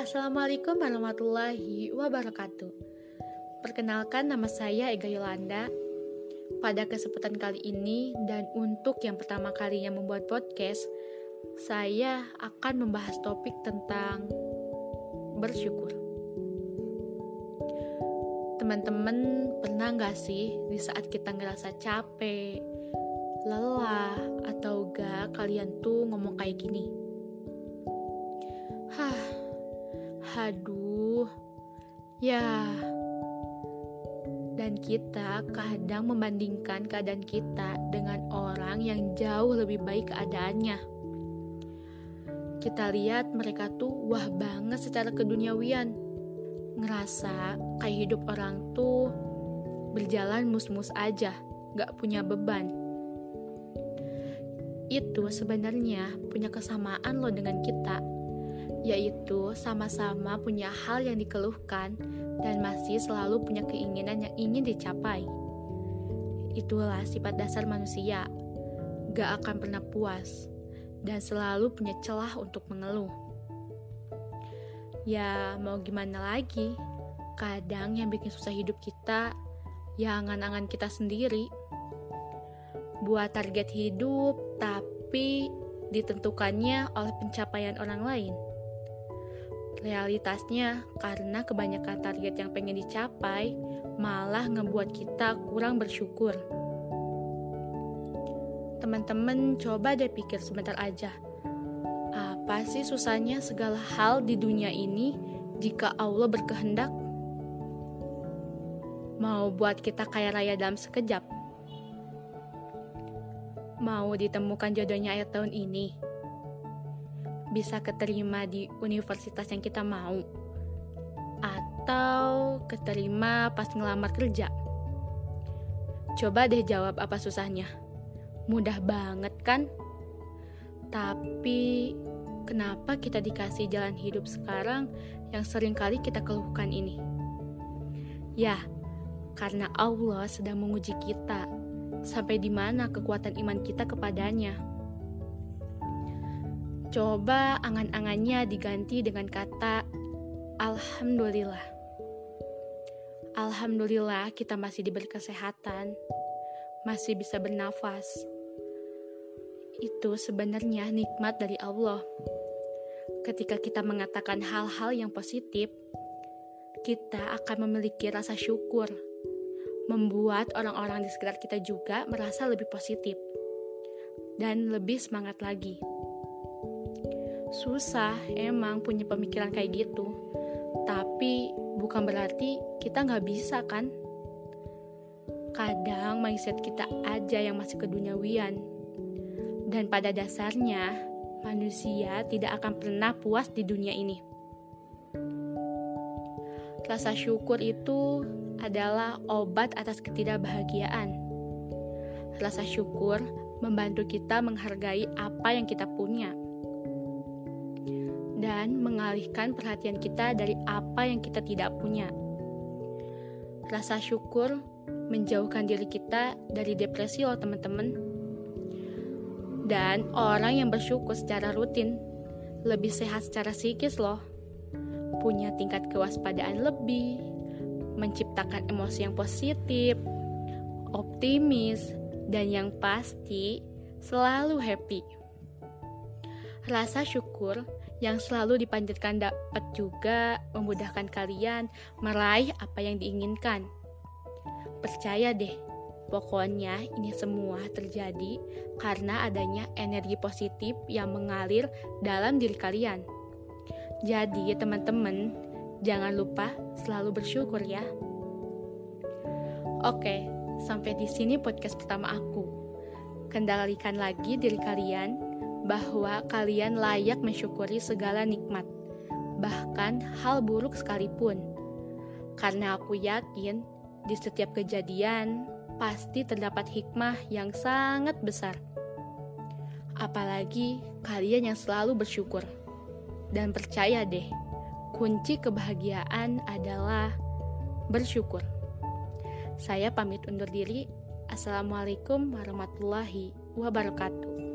Assalamualaikum warahmatullahi wabarakatuh. Perkenalkan, nama saya Ega Yolanda. Pada kesempatan kali ini dan untuk yang pertama kalinya membuat podcast, saya akan membahas topik tentang bersyukur. Teman-teman, pernah gak sih di saat kita ngerasa capek, lelah, atau gak kalian tuh ngomong kayak gini? Aduh, ya. Dan kita kadang membandingkan keadaan kita dengan orang yang jauh lebih baik keadaannya. Kita lihat mereka tuh wah banget secara keduniawian. Ngerasa kayak hidup orang tuh berjalan mus-mus aja, gak punya beban. Itu sebenarnya punya kesamaan loh dengan kita, yaitu sama-sama punya hal yang dikeluhkan dan masih selalu punya keinginan yang ingin dicapai. Itulah sifat dasar manusia, gak akan pernah puas dan selalu punya celah untuk mengeluh. Ya mau gimana lagi, kadang yang bikin susah hidup kita ya angan-angan kita sendiri. Buat target hidup tapi ditentukannya oleh pencapaian orang lain. Realitasnya, karena kebanyakan target yang pengen dicapai malah ngebuat kita kurang bersyukur. Teman-teman, coba deh pikir sebentar aja. Apa sih susahnya segala hal di dunia ini jika Allah berkehendak? Mau buat kita kaya raya dalam sekejap? Mau ditemukan jodohnya akhir tahun ini? Bisa keterima di universitas yang kita mau, atau keterima pas ngelamar kerja? Coba deh jawab apa susahnya. Mudah banget kan? Tapi kenapa kita dikasih jalan hidup sekarang yang sering kali kita keluhkan ini? Ya, karena Allah sedang menguji kita sampai di mana kekuatan iman kita kepadanya. Coba angan-angannya diganti dengan kata Alhamdulillah. Alhamdulillah kita masih diberi kesehatan, masih bisa bernafas. Itu sebenarnya nikmat dari Allah. Ketika kita mengatakan hal-hal yang positif, kita akan memiliki rasa syukur, membuat orang-orang di sekitar kita juga merasa lebih positif dan lebih semangat lagi. Susah emang punya pemikiran kayak gitu, tapi bukan berarti kita gak bisa kan? Kadang mindset kita aja yang masih keduniawian. Dan pada dasarnya, manusia tidak akan pernah puas di dunia ini. Rasa syukur itu adalah obat atas ketidakbahagiaan. Rasa syukur membantu kita menghargai apa yang kita punya dan mengalihkan perhatian kita dari apa yang kita tidak punya. Rasa syukur menjauhkan diri kita dari depresi loh teman-teman. Dan orang yang bersyukur secara rutin lebih sehat secara psikis loh. Punya tingkat kewaspadaan lebih, menciptakan emosi yang positif, optimis, dan yang pasti selalu happy. Rasa syukur yang selalu dipanjatkan dapat juga memudahkan kalian meraih apa yang diinginkan. Percaya deh, pokoknya ini semua terjadi karena adanya energi positif yang mengalir dalam diri kalian. Jadi teman-teman, jangan lupa selalu bersyukur ya. Oke, sampai di sini podcast pertama aku. Kendalikan lagi diri kalian bahwa kalian layak mensyukuri segala nikmat, bahkan hal buruk sekalipun. Karena aku yakin di setiap kejadian pasti terdapat hikmah yang sangat besar. Apalagi kalian yang selalu bersyukur. Dan percaya deh, kunci kebahagiaan adalah bersyukur. Saya pamit undur diri. Assalamualaikum warahmatullahi wabarakatuh.